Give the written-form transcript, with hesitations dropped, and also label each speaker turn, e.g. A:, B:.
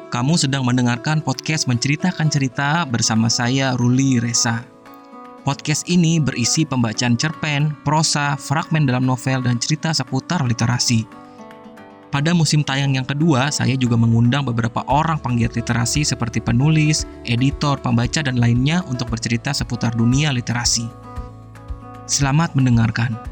A: kamu sedang mendengarkan podcast Menceritakan Cerita bersama saya, Ruli Reza. Podcast ini berisi pembacaan cerpen, prosa, fragmen dalam novel, dan cerita seputar literasi. Pada musim tayang yang kedua, saya juga mengundang beberapa orang penggiat literasi seperti penulis, editor, pembaca, dan lainnya untuk bercerita seputar dunia literasi. Selamat mendengarkan.